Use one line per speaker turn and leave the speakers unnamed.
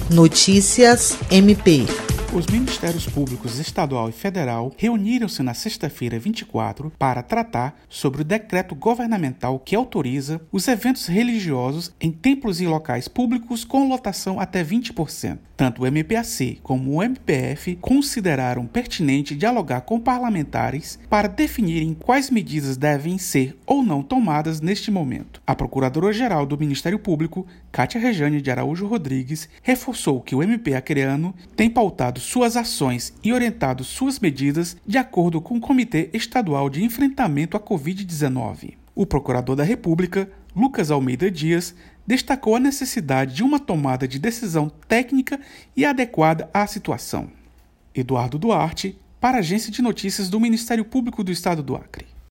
Notícias MP.
Os Ministérios Públicos Estadual e Federal reuniram-se na sexta-feira 24 para tratar sobre o decreto governamental que autoriza os eventos religiosos em templos e locais públicos com lotação até 20%. Tanto o MPAC como o MPF consideraram pertinente dialogar com parlamentares para definirem quais medidas devem ser ou não tomadas neste momento. A Procuradora-Geral do Ministério Público, Kátia Rejane de Araújo Rodrigues, reforçou que o MP acreano tem pautado suas ações e orientado suas medidas de acordo com o Comitê Estadual de Enfrentamento à Covid-19. O Procurador da República, Lucas Almeida Dias, destacou a necessidade de uma tomada de decisão técnica e adequada à situação. Eduardo Duarte, para a Agência de Notícias do Ministério Público do Estado do Acre.